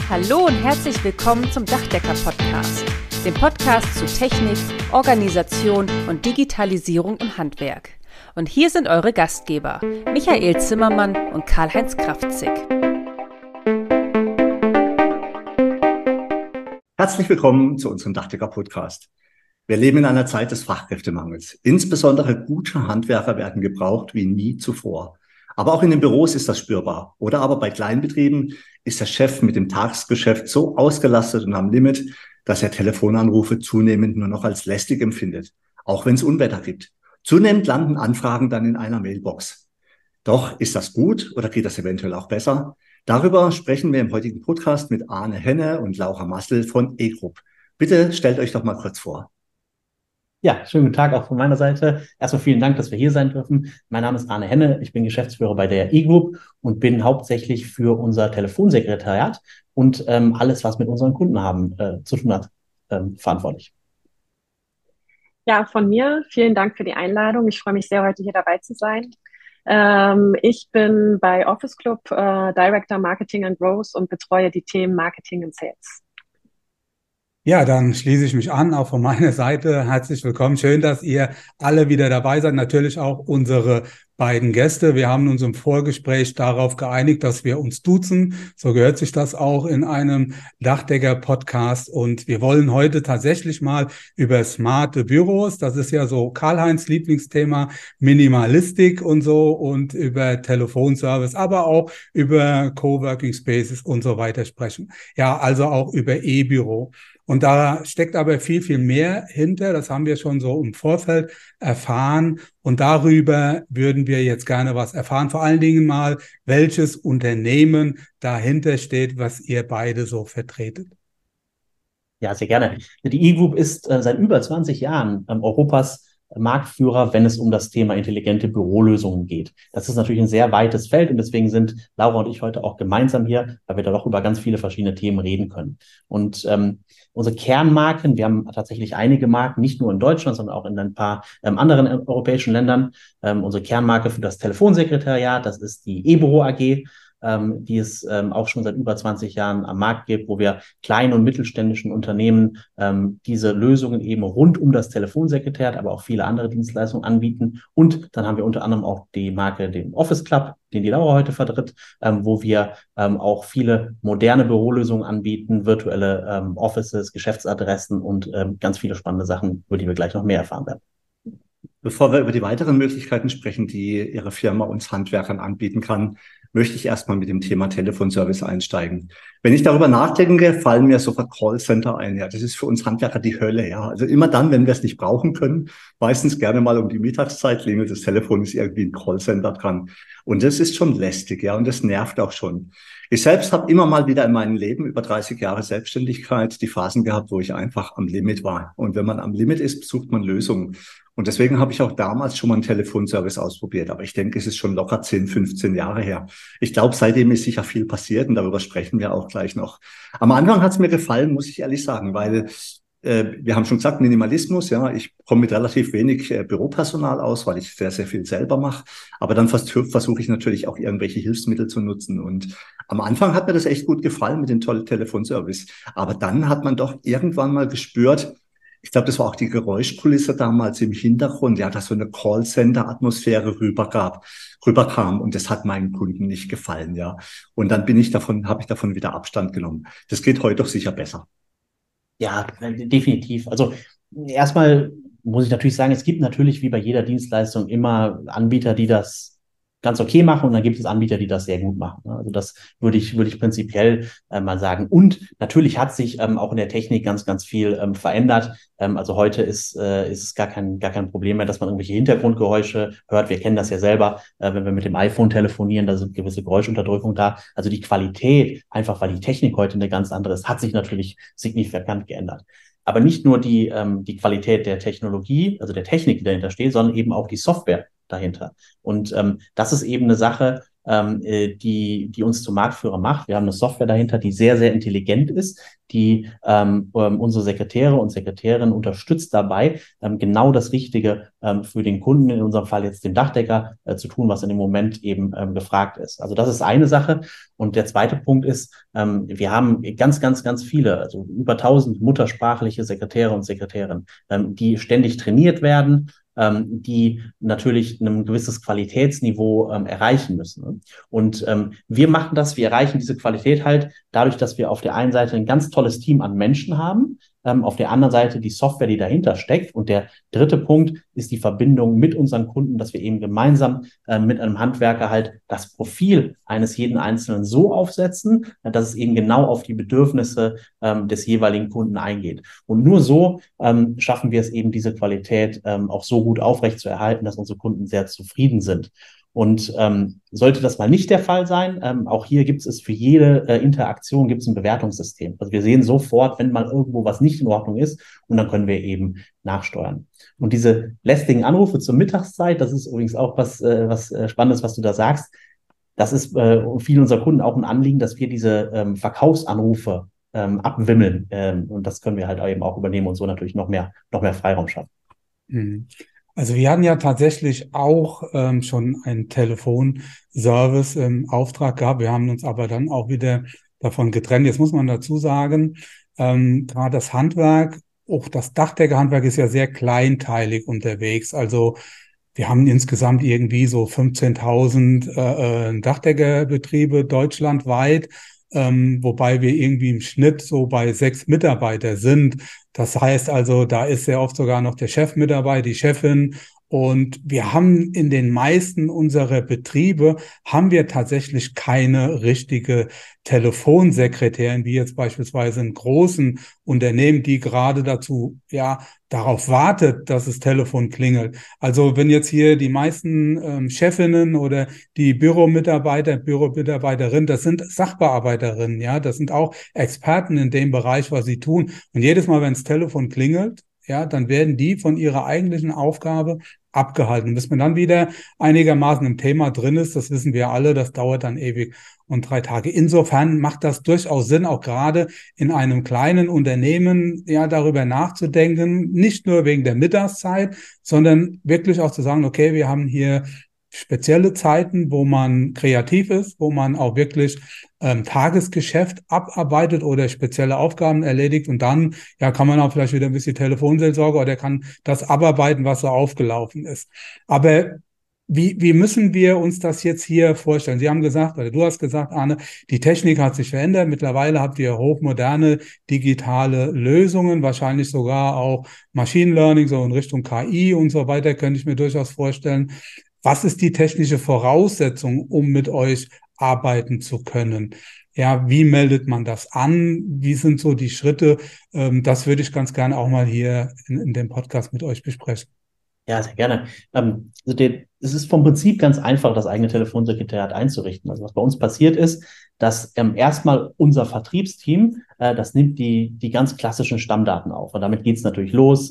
Hallo und herzlich willkommen zum Dachdecker-Podcast, dem Podcast zu Technik, Organisation und Digitalisierung im Handwerk. Und hier sind eure Gastgeber, Michael Zimmermann und Karl-Heinz Kraftzig. Herzlich willkommen zu unserem Dachdecker-Podcast. Wir leben in einer Zeit des Fachkräftemangels. Insbesondere gute Handwerker werden gebraucht wie nie zuvor. Aber auch in den Büros ist das spürbar. Oder aber bei Kleinbetrieben ist der Chef mit dem Tagesgeschäft so ausgelastet und am Limit, dass er Telefonanrufe zunehmend nur noch als lästig empfindet, auch wenn es Unwetter gibt. Zunehmend landen Anfragen dann in einer Mailbox. Doch ist das gut oder geht das eventuell auch besser? Darüber sprechen wir im heutigen Podcast mit Arne Henne und Laura Massel von E-Group. Bitte stellt euch doch mal kurz vor. Ja, schönen guten Tag auch von meiner Seite. Erstmal vielen Dank, dass wir hier sein dürfen. Mein Name ist Arne Henne, ich bin Geschäftsführer bei der E-Group und bin hauptsächlich für unser Telefonsekretariat und alles, was mit unseren Kunden haben zu tun hat, verantwortlich. Ja, von mir vielen Dank für die Einladung. Ich freue mich sehr, heute hier dabei zu sein. Ich bin bei Office Club Director Marketing and Growth und betreue die Themen Marketing und Sales. Ja, dann schließe ich mich an, auch von meiner Seite. Herzlich willkommen. Schön, dass ihr alle wieder dabei seid. Natürlich auch unsere beiden Gäste. Wir haben uns im Vorgespräch darauf geeinigt, dass wir uns duzen. So gehört sich das auch in einem Dachdecker-Podcast. Und wir wollen heute tatsächlich mal über smarte Büros, das ist ja so Karl-Heinz Lieblingsthema, Minimalistik und so, und über Telefonservice, aber auch über Coworking Spaces und so weiter sprechen. Ja, also auch über E-Büro. Und da steckt aber viel, viel mehr hinter. Das haben wir schon so im Vorfeld erfahren. Und darüber würden wir jetzt gerne was erfahren. Vor allen Dingen mal, welches Unternehmen dahinter steht, was ihr beide so vertretet. Ja, sehr gerne. Die E-Group ist seit über 20 Jahren Europas Marktführer, wenn es um das Thema intelligente Bürolösungen geht. Das ist natürlich ein sehr weites Feld und deswegen sind Laura und ich heute auch gemeinsam hier, weil wir da doch über ganz viele verschiedene Themen reden können. Und unsere Kernmarken, wir haben tatsächlich einige Marken, nicht nur in Deutschland, sondern auch in ein paar anderen europäischen Ländern. Unsere Kernmarke für das Telefonsekretariat, das ist die eBüro AG, die es auch schon seit über 20 Jahren am Markt gibt, wo wir kleinen und mittelständischen Unternehmen diese Lösungen eben rund um das Telefonsekretariat, aber auch viele andere Dienstleistungen anbieten. Und dann haben wir unter anderem auch die Marke, den Office Club, den die Laura heute vertritt, wo wir auch viele moderne Bürolösungen anbieten, virtuelle Offices, Geschäftsadressen und ganz viele spannende Sachen, über die wir gleich noch mehr erfahren werden. Bevor wir über die weiteren Möglichkeiten sprechen, die Ihre Firma uns Handwerkern anbieten kann, möchte ich erstmal mit dem Thema Telefonservice einsteigen. Wenn ich darüber nachdenke, fallen mir sofort Callcenter ein. Ja, das ist für uns Handwerker die Hölle. Ja, also immer dann, wenn wir es nicht brauchen können, meistens gerne mal um die Mittagszeit klingelt das Telefon, ist irgendwie ein Callcenter dran. Und das ist schon lästig, ja, und das nervt auch schon. Ich selbst habe immer mal wieder in meinem Leben über 30 Jahre Selbstständigkeit die Phasen gehabt, wo ich einfach am Limit war. Und wenn man am Limit ist, sucht man Lösungen. Und deswegen habe ich auch damals schon mal einen Telefonservice ausprobiert. Aber ich denke, es ist schon locker 10, 15 Jahre her. Ich glaube, seitdem ist sicher viel passiert und darüber sprechen wir auch gleich noch. Am Anfang hat es mir gefallen, muss ich ehrlich sagen, weil wir haben schon gesagt, Minimalismus. Ja, ich komme mit relativ wenig Büropersonal aus, weil ich sehr, sehr viel selber mache. Aber dann versuche ich natürlich auch irgendwelche Hilfsmittel zu nutzen. Und am Anfang hat mir das echt gut gefallen mit dem tollen Telefonservice. Aber dann hat man doch irgendwann mal gespürt, ich glaube, das war auch die Geräuschkulisse damals im Hintergrund, ja, dass so eine Callcenter-Atmosphäre rüberkam und das hat meinen Kunden nicht gefallen, ja. Und dann habe ich davon wieder Abstand genommen. Das geht heute doch sicher besser. Ja, definitiv. Also erstmal muss ich natürlich sagen, es gibt natürlich wie bei jeder Dienstleistung immer Anbieter, die das ganz okay machen und dann gibt es Anbieter, die das sehr gut machen. Also das würde ich prinzipiell mal sagen. Und natürlich hat sich auch in der Technik ganz, ganz viel verändert. Also heute ist es gar kein Problem mehr, dass man irgendwelche Hintergrundgeräusche hört. Wir kennen das ja selber, wenn wir mit dem iPhone telefonieren, da sind gewisse Geräuschunterdrückung da. Also die Qualität, einfach weil die Technik heute eine ganz andere ist, hat sich natürlich signifikant geändert. Aber nicht nur die Qualität der Technologie, also der Technik, die dahinter steht, sondern eben auch die Software dahinter. Und das ist eben eine Sache, die uns zum Marktführer macht. Wir haben eine Software dahinter, die sehr, sehr intelligent ist, die unsere Sekretäre und Sekretärinnen unterstützt dabei, genau das Richtige für den Kunden, in unserem Fall jetzt den Dachdecker, zu tun, was in dem Moment eben gefragt ist. Also das ist eine Sache. Und der zweite Punkt ist, wir haben ganz, ganz, ganz viele, also über 1000 muttersprachliche Sekretäre und Sekretärinnen, die ständig trainiert werden, die natürlich ein gewisses Qualitätsniveau erreichen müssen. Und wir machen das, wir erreichen diese Qualität halt dadurch, dass wir auf der einen Seite ein ganz tolles Team an Menschen haben, auf der anderen Seite die Software, die dahinter steckt. Und der dritte Punkt ist die Verbindung mit unseren Kunden, dass wir eben gemeinsam mit einem Handwerker halt das Profil eines jeden Einzelnen so aufsetzen, dass es eben genau auf die Bedürfnisse des jeweiligen Kunden eingeht. Und nur so schaffen wir es eben, diese Qualität auch so gut aufrechtzuerhalten, dass unsere Kunden sehr zufrieden sind. Und sollte das mal nicht der Fall sein, auch hier gibt es für jede Interaktion gibt es ein Bewertungssystem. Also wir sehen sofort, wenn mal irgendwo was nicht in Ordnung ist, und dann können wir eben nachsteuern. Und diese lästigen Anrufe zur Mittagszeit, das ist übrigens auch was Spannendes, was du da sagst. Das ist vielen unserer Kunden auch ein Anliegen, dass wir diese Verkaufsanrufe abwimmeln. Und das können wir halt eben auch übernehmen und so natürlich noch mehr Freiraum schaffen. Mhm. Also wir hatten ja tatsächlich auch schon einen Telefonservice im Auftrag gehabt. Wir haben uns aber dann auch wieder davon getrennt. Jetzt muss man dazu sagen, gerade das Handwerk, auch das Dachdeckerhandwerk ist ja sehr kleinteilig unterwegs. Also wir haben insgesamt irgendwie so 15.000 Dachdeckerbetriebe deutschlandweit. Wobei wir irgendwie im Schnitt so bei 6 Mitarbeiter sind. Das heißt also, da ist sehr oft sogar noch der Chef mit dabei, die Chefin. Und wir haben in den meisten unserer Betriebe haben wir tatsächlich keine richtige Telefonsekretärin, wie jetzt beispielsweise in großen Unternehmen, die gerade darauf wartet, dass das Telefon klingelt. Also wenn jetzt hier die meisten Chefinnen oder die Büromitarbeiterinnen, das sind Sachbearbeiterinnen, ja, das sind auch Experten in dem Bereich, was sie tun. Und jedes Mal, wenn das Telefon klingelt, ja, dann werden die von ihrer eigentlichen Aufgabe abgehalten. Bis man dann wieder einigermaßen im Thema drin ist, das wissen wir alle, das dauert dann ewig und 3 Tage. Insofern macht das durchaus Sinn, auch gerade in einem kleinen Unternehmen, ja, darüber nachzudenken, nicht nur wegen der Mittagszeit, sondern wirklich auch zu sagen, okay, wir haben hier spezielle Zeiten, wo man kreativ ist, wo man auch wirklich Tagesgeschäft abarbeitet oder spezielle Aufgaben erledigt, und dann kann man auch vielleicht wieder ein bisschen Telefonseelsorge oder kann das abarbeiten, was so aufgelaufen ist. Aber wie müssen wir uns das jetzt hier vorstellen? Sie haben gesagt, oder du hast gesagt, Arne, die Technik hat sich verändert. Mittlerweile habt ihr hochmoderne digitale Lösungen, wahrscheinlich sogar auch Machine Learning, so in Richtung KI und so weiter, könnte ich mir durchaus vorstellen. Was ist die technische Voraussetzung, um mit euch arbeiten zu können? Ja, wie meldet man das an? Wie sind so die Schritte? Das würde ich ganz gerne auch mal hier in dem Podcast mit euch besprechen. Ja, sehr gerne. Es ist vom Prinzip ganz einfach, das eigene Telefonsekretariat einzurichten. Also was bei uns passiert ist, dass erstmal unser Vertriebsteam, das nimmt die ganz klassischen Stammdaten auf. Und damit geht's natürlich los.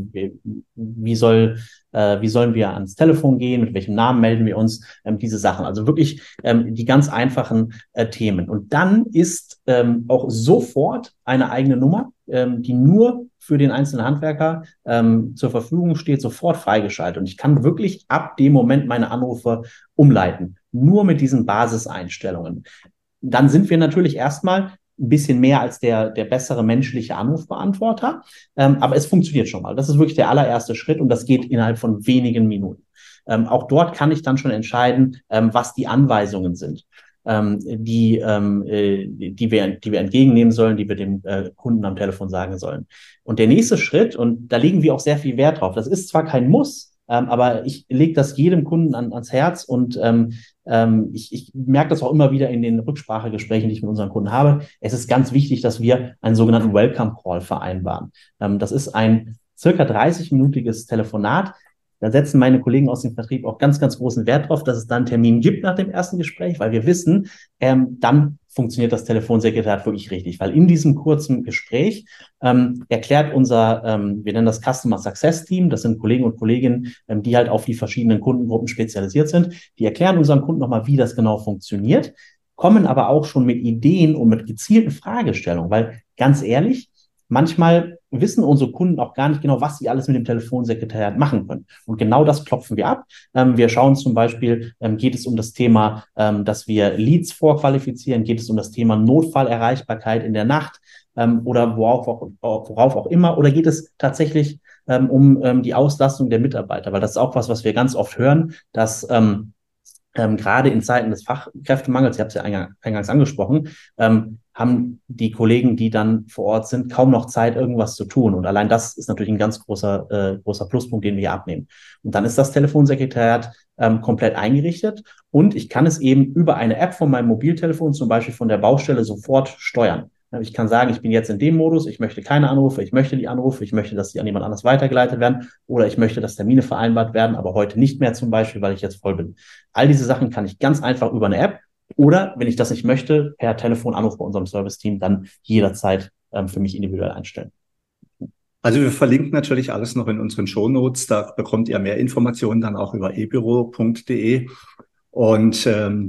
Wie sollen wir ans Telefon gehen? Mit welchem Namen melden wir uns? Diese Sachen. Also wirklich die ganz einfachen Themen. Und dann ist auch sofort eine eigene Nummer, die nur für den einzelnen Handwerker zur Verfügung steht, sofort freigeschaltet. Und ich kann wirklich ab dem Moment meine Anrufe umleiten. Nur mit diesen Basiseinstellungen. Dann sind wir natürlich erstmal ein bisschen mehr als der bessere menschliche Anrufbeantworter. Aber es funktioniert schon mal. Das ist wirklich der allererste Schritt und das geht innerhalb von wenigen Minuten. Auch dort kann ich dann schon entscheiden, was die Anweisungen sind, die wir entgegennehmen sollen, die wir dem Kunden am Telefon sagen sollen. Und der nächste Schritt, und da legen wir auch sehr viel Wert drauf, das ist zwar kein Muss, aber ich lege das jedem Kunden ans Herz und ich merke das auch immer wieder in den Rücksprachegesprächen, die ich mit unseren Kunden habe. Es ist ganz wichtig, dass wir einen sogenannten Welcome Call vereinbaren. Das ist ein circa 30-minütiges Telefonat. Da setzen meine Kollegen aus dem Vertrieb auch ganz, ganz großen Wert drauf, dass es dann einen Termin gibt nach dem ersten Gespräch, weil wir wissen, dann funktioniert das Telefonsekretariat wirklich richtig. Weil in diesem kurzen Gespräch erklärt unser, wir nennen das Customer Success Team, das sind Kollegen und Kolleginnen, die halt auf die verschiedenen Kundengruppen spezialisiert sind, die erklären unserem Kunden nochmal, wie das genau funktioniert, kommen aber auch schon mit Ideen und mit gezielten Fragestellungen, weil ganz ehrlich, manchmal wissen unsere Kunden auch gar nicht genau, was sie alles mit dem Telefonsekretariat machen können. Und genau das klopfen wir ab. Wir schauen zum Beispiel, geht es um das Thema, dass wir Leads vorqualifizieren, geht es um das Thema Notfallerreichbarkeit in der Nacht oder worauf auch immer, oder geht es tatsächlich um die Auslastung der Mitarbeiter, weil das ist auch was wir ganz oft hören, dass gerade in Zeiten des Fachkräftemangels, ich habe es ja eingangs angesprochen, haben die Kollegen, die dann vor Ort sind, kaum noch Zeit, irgendwas zu tun. Und allein das ist natürlich ein ganz großer Pluspunkt, den wir hier abnehmen. Und dann ist das Telefonsekretariat komplett eingerichtet und ich kann es eben über eine App von meinem Mobiltelefon, zum Beispiel von der Baustelle, sofort steuern. Ich kann sagen, ich bin jetzt in dem Modus, ich möchte keine Anrufe, ich möchte die Anrufe, ich möchte, dass die an jemand anders weitergeleitet werden oder ich möchte, dass Termine vereinbart werden, aber heute nicht mehr zum Beispiel, weil ich jetzt voll bin. All diese Sachen kann ich ganz einfach über eine App oder, wenn ich das nicht möchte, per Telefonanruf bei unserem Serviceteam dann jederzeit für mich individuell einstellen. Also wir verlinken natürlich alles noch in unseren Shownotes. Da bekommt ihr mehr Informationen dann auch über ebüro.de. Und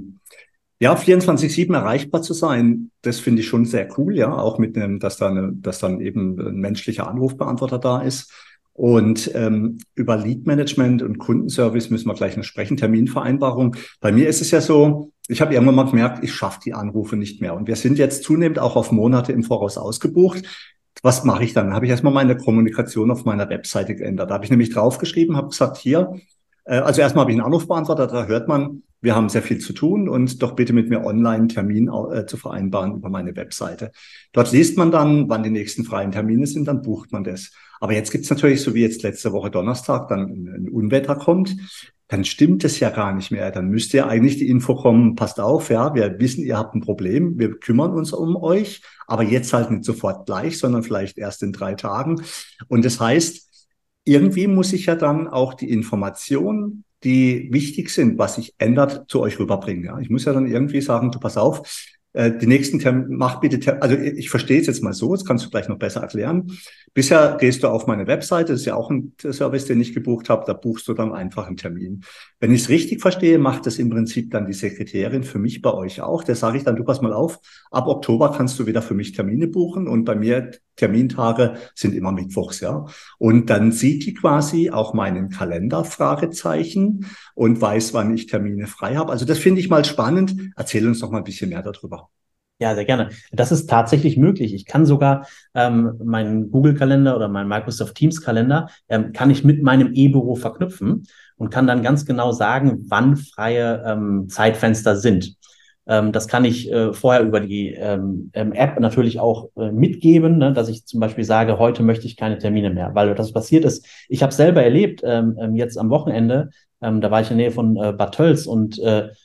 ja, 24/7 erreichbar zu sein, das finde ich schon sehr cool, ja, auch mit einem, dass dann eben ein menschlicher Anrufbeantworter da ist. Und über Lead-Management und Kundenservice müssen wir gleich noch sprechen, Terminvereinbarung. Bei mir ist es ja so, ich habe irgendwann mal gemerkt, ich schaffe die Anrufe nicht mehr. Und wir sind jetzt zunehmend auch auf Monate im Voraus ausgebucht. Was mache ich dann? Habe ich erstmal meine Kommunikation auf meiner Webseite geändert. Da habe ich nämlich draufgeschrieben, habe gesagt, hier, also erstmal habe ich einen Anrufbeantworter, da hört man, wir haben sehr viel zu tun und doch bitte mit mir online einen Termin zu vereinbaren über meine Webseite. Dort liest man dann, wann die nächsten freien Termine sind, dann bucht man das. Aber jetzt gibt's natürlich, so wie jetzt letzte Woche Donnerstag, dann ein Unwetter kommt, dann stimmt es ja gar nicht mehr. Dann müsste ja eigentlich die Info kommen, passt auf, ja, wir wissen, ihr habt ein Problem, wir kümmern uns um euch, aber jetzt halt nicht sofort gleich, sondern vielleicht erst in 3 Tagen. Und das heißt, irgendwie muss ich ja dann auch die Informationen, die wichtig sind, was sich ändert, zu euch rüberbringen. Ja, ich muss ja dann irgendwie sagen, du pass auf, die nächsten mach bitte, also ich verstehe es jetzt mal so, das kannst du gleich noch besser erklären. Bisher gehst du auf meine Webseite, das ist ja auch ein Service, den ich gebucht habe, da buchst du dann einfach einen Termin. Wenn ich es richtig verstehe, macht das im Prinzip dann die Sekretärin für mich bei euch auch. Da sage ich dann, du pass mal auf, ab Oktober kannst du wieder für mich Termine buchen und bei mir Termintage sind immer mittwochs, ja. Und dann sieht die quasi auch meinen Kalender, Fragezeichen, und weiß, wann ich Termine frei habe. Also das finde ich mal spannend. Erzähl uns doch mal ein bisschen mehr darüber. Ja, sehr gerne. Das ist tatsächlich möglich. Ich kann sogar meinen Google-Kalender oder meinen Microsoft Teams-Kalender kann ich mit meinem E-Büro verknüpfen und kann dann ganz genau sagen, wann freie Zeitfenster sind. Das kann ich vorher über die App natürlich auch mitgeben, ne, dass ich zum Beispiel sage, heute möchte ich keine Termine mehr, weil das passiert ist. Ich habe selber erlebt, jetzt am Wochenende, da war ich in der Nähe von Bad Tölz und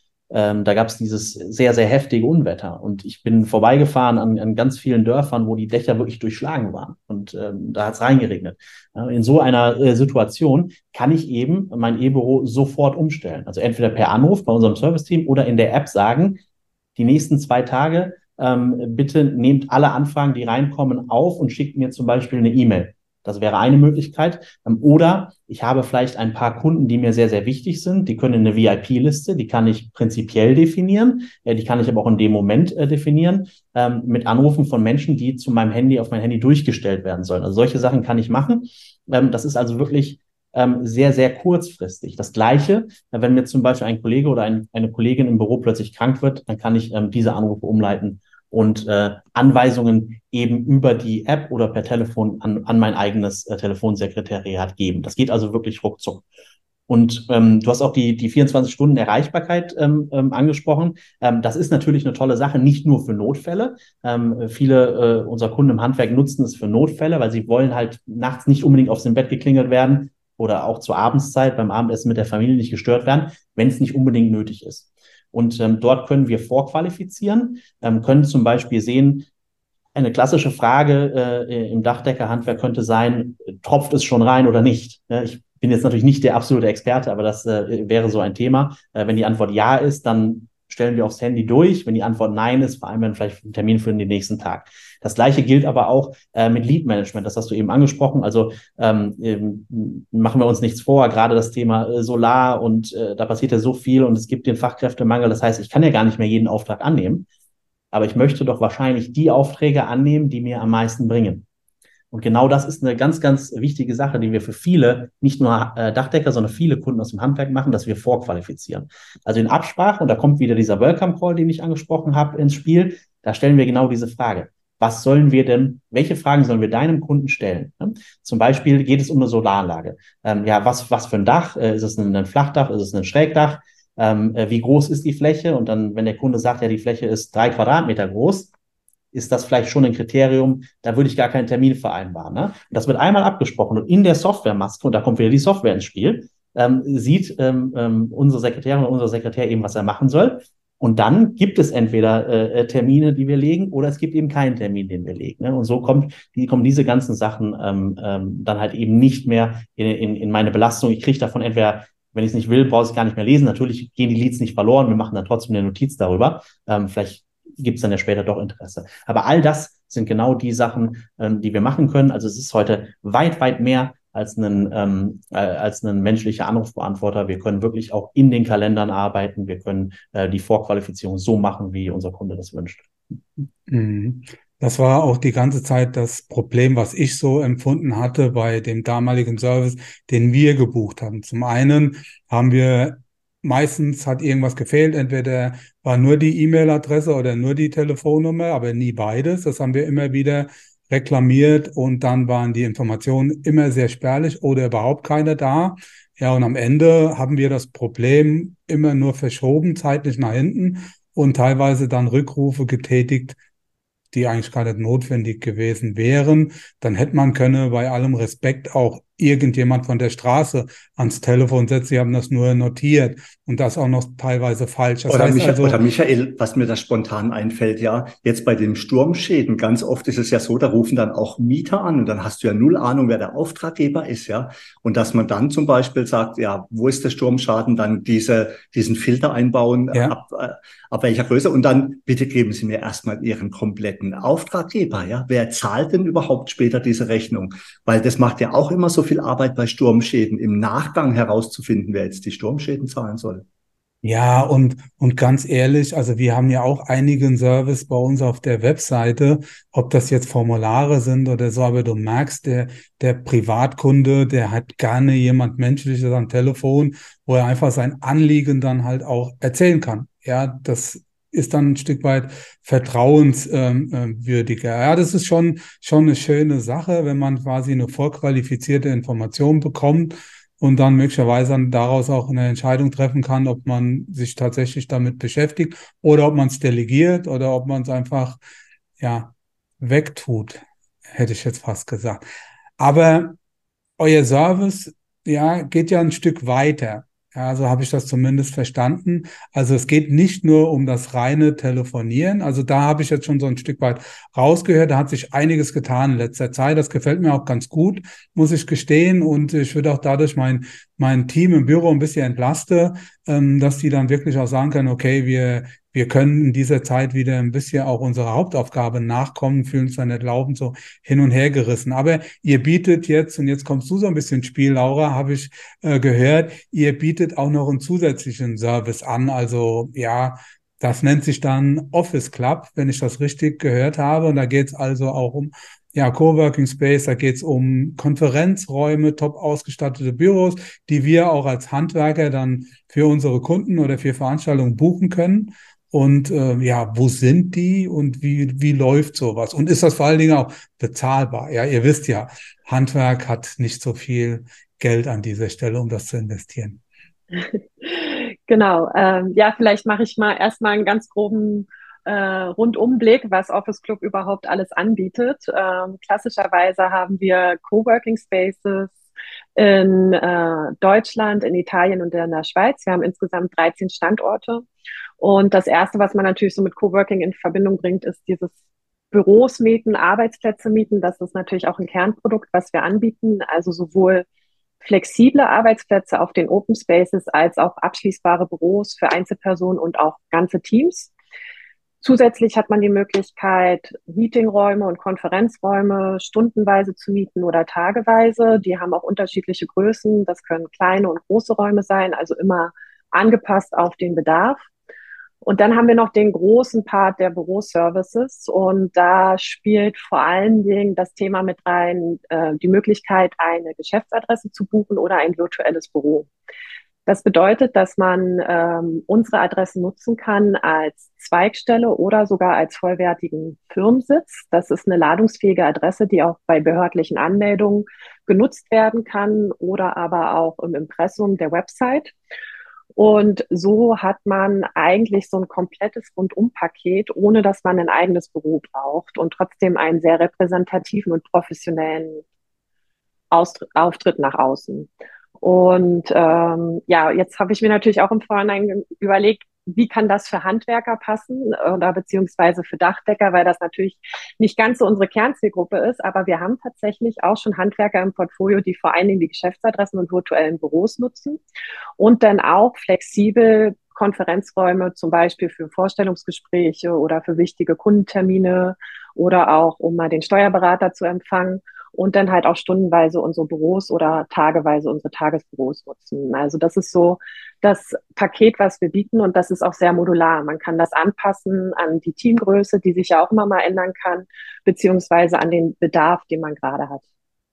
da gab es dieses sehr, sehr heftige Unwetter und ich bin vorbeigefahren an ganz vielen Dörfern, wo die Dächer wirklich durchschlagen waren und da hat es reingeregnet. In so einer Situation kann ich eben mein E-Büro sofort umstellen. Also entweder per Anruf bei unserem Serviceteam oder in der App sagen, die nächsten 2 Tage bitte nehmt alle Anfragen, die reinkommen, auf und schickt mir zum Beispiel eine E-Mail. Das wäre eine Möglichkeit. Oder ich habe vielleicht ein paar Kunden, die mir sehr, sehr wichtig sind. Die können in eine VIP-Liste, die kann ich prinzipiell definieren. Die kann ich aber auch in dem Moment definieren, mit Anrufen von Menschen, die zu meinem Handy, auf mein Handy durchgestellt werden sollen. Also solche Sachen kann ich machen. Das ist also wirklich sehr, sehr kurzfristig. Das Gleiche, wenn mir zum Beispiel ein Kollege oder eine Kollegin im Büro plötzlich krank wird, dann kann ich diese Anrufe umleiten und Anweisungen eben über die App oder per Telefon an mein eigenes Telefonsekretariat geben. Das geht also wirklich ruckzuck. Und du hast auch die 24-Stunden-Erreichbarkeit angesprochen. Das ist natürlich eine tolle Sache, nicht nur für Notfälle. Viele unserer Kunden im Handwerk nutzen es für Notfälle, weil sie wollen halt nachts nicht unbedingt aufs Bett geklingelt werden oder auch zur Abendszeit beim Abendessen mit der Familie nicht gestört werden, wenn es nicht unbedingt nötig ist. Und dort können wir vorqualifizieren, können zum Beispiel sehen, eine klassische Frage im Dachdeckerhandwerk könnte sein, tropft es schon rein oder nicht? Ich bin jetzt natürlich nicht der absolute Experte, aber das wäre so ein Thema. Wenn die Antwort ja ist, dann stellen wir aufs Handy durch. Wenn die Antwort nein ist, vereinbaren wir vielleicht einen Termin für den nächsten Tag. Das Gleiche gilt aber auch mit Lead-Management. Das hast du eben angesprochen. Also machen wir uns nichts vor. Gerade das Thema Solar und da passiert ja so viel und es gibt den Fachkräftemangel. Das heißt, ich kann ja gar nicht mehr jeden Auftrag annehmen. Aber ich möchte doch wahrscheinlich die Aufträge annehmen, die mir am meisten bringen. Und genau das ist eine ganz, ganz wichtige Sache, die wir für viele, nicht nur Dachdecker, sondern viele Kunden aus dem Handwerk machen, dass wir vorqualifizieren. Also in Absprache, und da kommt wieder dieser Welcome Call, den ich angesprochen habe, ins Spiel, da stellen wir genau diese Frage. Welche Fragen sollen wir deinem Kunden stellen? Zum Beispiel geht es um eine Solaranlage. Was für ein Dach? Ist es ein Flachdach? Ist es ein Schrägdach? Wie groß ist die Fläche? Und dann, wenn der Kunde sagt, ja, die Fläche ist 3 Quadratmeter groß, ist das vielleicht schon ein Kriterium, da würde ich gar keinen Termin vereinbaren. Ne? Und das wird einmal abgesprochen und in der Softwaremaske, und da kommt wieder die Software ins Spiel, sieht unsere Sekretärin oder unser Sekretär eben, was er machen soll. Und dann gibt es entweder Termine, die wir legen, oder es gibt eben keinen Termin, den wir legen. Ne? Und so kommen diese ganzen Sachen dann halt eben nicht mehr in meine Belastung. Ich kriege davon entweder, wenn ich es nicht will, brauche ich es gar nicht mehr lesen. Natürlich gehen die Leads nicht verloren. Wir machen dann trotzdem eine Notiz darüber. Vielleicht gibt es dann ja später doch Interesse. Aber all das sind genau die Sachen, die wir machen können. Also es ist heute weit, weit mehr als ein menschlicher Anrufbeantworter. Wir können wirklich auch in den Kalendern arbeiten. Wir können die Vorqualifizierung so machen, wie unser Kunde das wünscht. Das war auch die ganze Zeit das Problem, was ich so empfunden hatte bei dem damaligen Service, den wir gebucht haben. Zum einen haben wir meistens hat irgendwas gefehlt, entweder war nur die E-Mail-Adresse oder nur die Telefonnummer, aber nie beides. Das haben wir immer wieder reklamiert und dann waren die Informationen immer sehr spärlich oder überhaupt keine da. Ja, und am Ende haben wir das Problem immer nur verschoben, zeitlich nach hinten und teilweise dann Rückrufe getätigt, die eigentlich gar nicht notwendig gewesen wären. Dann hätte man können, bei allem Respekt, auch irgendjemand von der Straße ans Telefon setzen. Sie haben das nur notiert und das auch noch teilweise falsch. Das heißt oder Michael, was mir da spontan einfällt, ja, jetzt bei den Sturmschäden, ganz oft ist es ja so, da rufen dann auch Mieter an und dann hast du ja null Ahnung, wer der Auftraggeber ist, ja. Und dass man dann zum Beispiel sagt, ja, wo ist der Sturmschaden, dann diesen Filter einbauen, Ja. ab welcher Größe und dann bitte geben Sie mir erstmal Ihren kompletten Auftraggeber, ja. Wer zahlt denn überhaupt später diese Rechnung? Weil das macht ja auch immer so viel Arbeit bei Sturmschäden, im Nachgang herauszufinden, wer jetzt die Sturmschäden zahlen soll. Ja, und ganz ehrlich, also wir haben ja auch einigen Service bei uns auf der Webseite, ob das jetzt Formulare sind oder so, aber du merkst, der Privatkunde, der hat gerne jemand Menschliches am Telefon, wo er einfach sein Anliegen dann halt auch erzählen kann. Ja, das ist dann ein Stück weit vertrauenswürdiger. Ja, das ist schon eine schöne Sache, wenn man quasi eine vorqualifizierte Information bekommt und dann möglicherweise dann daraus auch eine Entscheidung treffen kann, ob man sich tatsächlich damit beschäftigt oder ob man es delegiert oder ob man es einfach, ja, wegtut, hätte ich jetzt fast gesagt. Aber euer Service, ja, geht ja ein Stück weiter. Ja, so habe ich das zumindest verstanden. Also es geht nicht nur um das reine Telefonieren. Also da habe ich jetzt schon so ein Stück weit rausgehört. Da hat sich einiges getan in letzter Zeit. Das gefällt mir auch ganz gut, muss ich gestehen. Und ich würde auch dadurch mein Team im Büro ein bisschen entlasten, dass die dann wirklich auch sagen können, okay, wir können in dieser Zeit wieder ein bisschen auch unserer Hauptaufgabe nachkommen, fühlen uns dann nicht laufend so hin und her gerissen. Aber ihr bietet jetzt, und jetzt kommst du so ein bisschen ins Spiel, Laura, habe ich gehört, ihr bietet auch noch einen zusätzlichen Service an. Also ja, das nennt sich dann Office Club, wenn ich das richtig gehört habe. Und da geht es also auch um Coworking Space, da geht es um Konferenzräume, top ausgestattete Büros, die wir auch als Handwerker dann für unsere Kunden oder für Veranstaltungen buchen können. Und wo sind die und wie läuft sowas? Und ist das vor allen Dingen auch bezahlbar? Ja, ihr wisst ja, Handwerk hat nicht so viel Geld an dieser Stelle, um das zu investieren. Genau. Vielleicht mache ich mal erstmal einen ganz groben Rundumblick, was Office Club überhaupt alles anbietet. Klassischerweise haben wir Coworking Spaces in Deutschland, in Italien und in der Schweiz. Wir haben insgesamt 13 Standorte. Und das Erste, was man natürlich so mit Coworking in Verbindung bringt, ist dieses Büros mieten, Arbeitsplätze mieten. Das ist natürlich auch ein Kernprodukt, was wir anbieten. Also sowohl flexible Arbeitsplätze auf den Open Spaces als auch abschließbare Büros für Einzelpersonen und auch ganze Teams. Zusätzlich hat man die Möglichkeit, Meetingräume und Konferenzräume stundenweise zu mieten oder tageweise. Die haben auch unterschiedliche Größen. Das können kleine und große Räume sein, also immer angepasst auf den Bedarf. Und dann haben wir noch den großen Part der Büroservices und da spielt vor allen Dingen das Thema mit rein, die Möglichkeit, eine Geschäftsadresse zu buchen oder ein virtuelles Büro. Das bedeutet, dass man unsere Adresse nutzen kann als Zweigstelle oder sogar als vollwertigen Firmensitz. Das ist eine ladungsfähige Adresse, die auch bei behördlichen Anmeldungen genutzt werden kann oder aber auch im Impressum der Website. Und so hat man eigentlich so ein komplettes Rundum-Paket, ohne dass man ein eigenes Büro braucht und trotzdem einen sehr repräsentativen und professionellen Auftritt nach außen. Und ja, jetzt habe ich mir natürlich auch im Vorhinein überlegt, wie kann das für Handwerker passen oder beziehungsweise für Dachdecker, weil das natürlich nicht ganz so unsere Kernzielgruppe ist. Aber wir haben tatsächlich auch schon Handwerker im Portfolio, die vor allen Dingen die Geschäftsadressen und virtuellen Büros nutzen und dann auch flexibel Konferenzräume zum Beispiel für Vorstellungsgespräche oder für wichtige Kundentermine oder auch, um mal den Steuerberater zu empfangen und dann halt auch stundenweise unsere Büros oder tageweise unsere Tagesbüros nutzen. Also das ist so das Paket, was wir bieten und das ist auch sehr modular. Man kann das anpassen an die Teamgröße, die sich ja auch immer mal ändern kann, beziehungsweise an den Bedarf, den man gerade hat.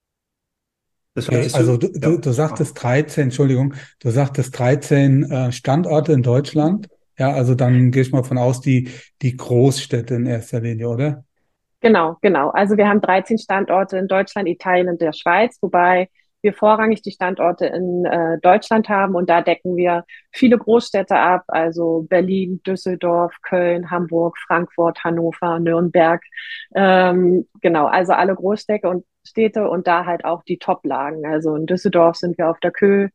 Das Okay, heißt, also du sagtest 13, Entschuldigung, du sagtest 13 Standorte in Deutschland. Ja, also dann gehe ich mal von aus, die Großstädte in erster Linie, oder? Genau, genau. Also wir haben 13 Standorte in Deutschland, Italien und der Schweiz, wobei wir vorrangig die Standorte in Deutschland haben und da decken wir viele Großstädte ab, also Berlin, Düsseldorf, Köln, Hamburg, Frankfurt, Hannover, Nürnberg. Genau, also alle Großstädte und da halt auch die Top-Lagen. Also in Düsseldorf sind wir auf der Köh,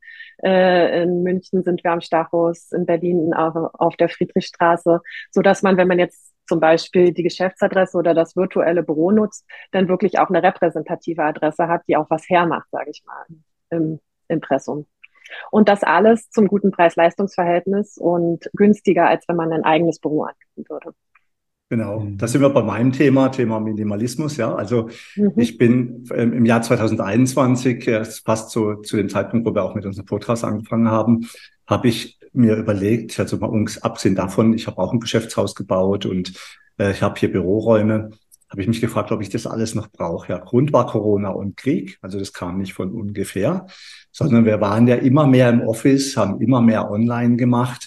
in München sind wir am Stachus, in Berlin auf der Friedrichstraße, so dass man, wenn man jetzt zum Beispiel die Geschäftsadresse oder das virtuelle Büro nutzt, dann wirklich auch eine repräsentative Adresse hat, die auch was hermacht, sage ich mal, im Impressum. Und das alles zum guten Preis-Leistungs-Verhältnis und günstiger, als wenn man ein eigenes Büro anbieten würde. Genau, da sind wir bei meinem Thema Minimalismus. Ja, also ich bin im Jahr 2021, fast so zu dem Zeitpunkt, wo wir auch mit unserem Podcast angefangen haben, habe ich mir überlegt, also mal abgesehen davon, ich habe auch ein Geschäftshaus gebaut und ich habe hier Büroräume, habe ich mich gefragt, ob ich das alles noch brauche. Ja, Grund war Corona und Krieg, also das kam nicht von ungefähr, sondern wir waren ja immer mehr im Office, haben immer mehr online gemacht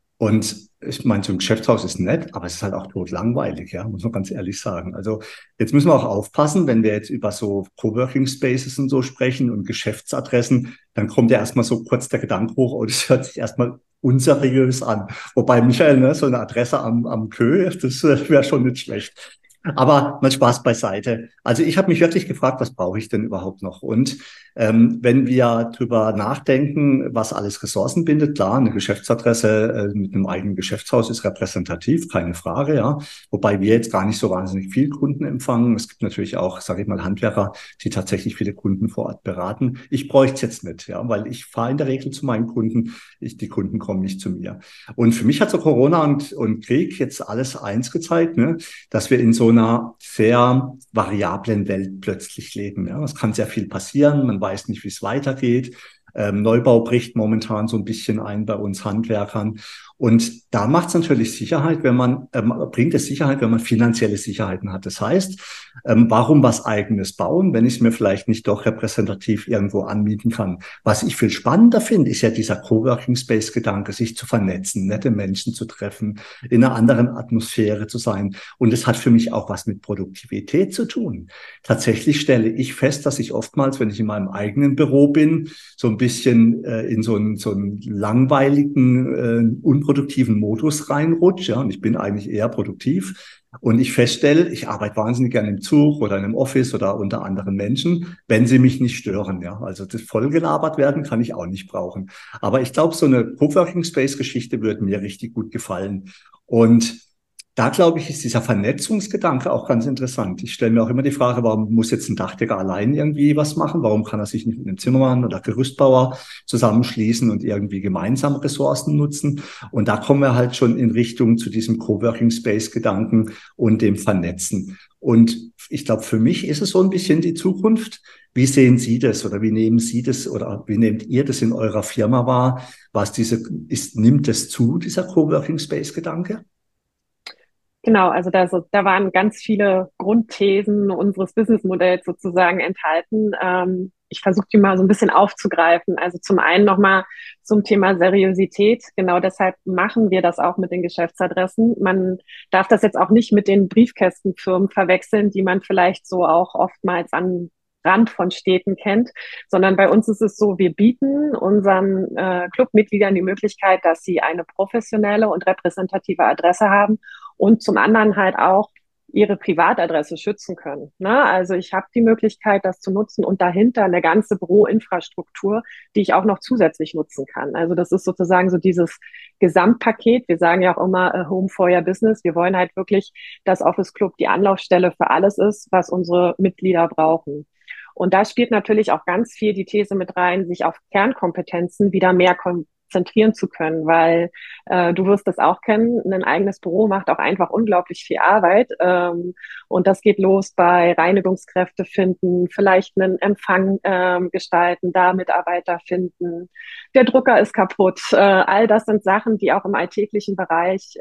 und ich meine, so ein Geschäftshaus ist nett, aber es ist halt auch totlangweilig, ja, muss man ganz ehrlich sagen. Also jetzt müssen wir auch aufpassen, wenn wir jetzt über so Coworking Spaces und so sprechen und Geschäftsadressen, dann kommt ja erstmal so kurz der Gedanke hoch, oh, das hört sich erstmal unseriös an. Wobei, Michael, ne, so eine Adresse am Kö, das wäre schon nicht schlecht. Aber mal Spaß beiseite. Also ich habe mich wirklich gefragt, was brauche ich denn überhaupt noch? Und wenn wir drüber nachdenken, was alles Ressourcen bindet, klar, eine Geschäftsadresse mit einem eigenen Geschäftshaus ist repräsentativ, keine Frage, ja. Wobei wir jetzt gar nicht so wahnsinnig viel Kunden empfangen. Es gibt natürlich auch, sage ich mal, Handwerker, die tatsächlich viele Kunden vor Ort beraten. Ich bräuchte es jetzt nicht, ja, weil ich fahre in der Regel zu meinen Kunden, die Kunden kommen nicht zu mir. Und für mich hat so Corona und Krieg jetzt alles eins gezeigt, ne, dass wir in so einer sehr variablen Welt plötzlich leben. Ja, es kann sehr viel passieren. Man weiß nicht, wie es weitergeht. Neubau bricht momentan so ein bisschen ein bei uns Handwerkern. Und da macht es natürlich Sicherheit, wenn man, bringt es Sicherheit, wenn man finanzielle Sicherheiten hat. Das heißt, warum was Eigenes bauen, wenn ich es mir vielleicht nicht doch repräsentativ irgendwo anmieten kann? Was ich viel spannender finde, ist ja dieser Coworking Space Gedanke, sich zu vernetzen, nette Menschen zu treffen, in einer anderen Atmosphäre zu sein. Und es hat für mich auch was mit Produktivität zu tun. Tatsächlich stelle ich fest, dass ich oftmals, wenn ich in meinem eigenen Büro bin, so ein bisschen in so einen langweiligen, unproduktiven Modus reinrutsche. Ja, und ich bin eigentlich eher produktiv. Und ich feststelle, ich arbeite wahnsinnig gerne im Zug oder in einem Office oder unter anderen Menschen, wenn sie mich nicht stören. Ja, also das vollgelabert werden kann ich auch nicht brauchen. Aber ich glaube, so eine Coworking Space Geschichte würde mir richtig gut gefallen. Und Da glaube ich, ist dieser Vernetzungsgedanke auch ganz interessant. Ich stelle mir auch immer die Frage, warum muss jetzt ein Dachdecker allein irgendwie was machen? Warum kann er sich nicht mit einem Zimmermann oder Gerüstbauer zusammenschließen und irgendwie gemeinsam Ressourcen nutzen? Und da kommen wir halt schon in Richtung zu diesem Coworking Space Gedanken und dem Vernetzen. Und ich glaube, für mich ist es so ein bisschen die Zukunft. Wie sehen Sie das oder wie nehmen Sie das oder wie nehmt ihr das in eurer Firma wahr? Nimmt es zu, dieser Coworking Space Gedanke? Genau, also da waren ganz viele Grundthesen unseres Businessmodells sozusagen enthalten. Ich versuche die mal so ein bisschen aufzugreifen. Also zum einen nochmal zum Thema Seriosität. Genau deshalb machen wir das auch mit den Geschäftsadressen. Man darf das jetzt auch nicht mit den Briefkästenfirmen verwechseln, die man vielleicht so auch oftmals an Rand von Städten kennt, sondern bei uns ist es so, wir bieten unseren Clubmitgliedern die Möglichkeit, dass sie eine professionelle und repräsentative Adresse haben und zum anderen halt auch ihre Privatadresse schützen können. Ne? Also ich habe die Möglichkeit, das zu nutzen und dahinter eine ganze Büroinfrastruktur, die ich auch noch zusätzlich nutzen kann. Also das ist sozusagen so dieses Gesamtpaket. Wir sagen ja auch immer Home for your Business. Wir wollen halt wirklich, dass Office Club die Anlaufstelle für alles ist, was unsere Mitglieder brauchen. Und da spielt natürlich auch ganz viel die These mit rein, sich auf Kernkompetenzen wieder mehr konzentrieren zu können, weil du wirst das auch kennen, ein eigenes Büro macht auch einfach unglaublich viel Arbeit und das geht los bei Reinigungskräfte finden, vielleicht einen Empfang gestalten, da Mitarbeiter finden, der Drucker ist kaputt, all das sind Sachen, die auch im alltäglichen Bereich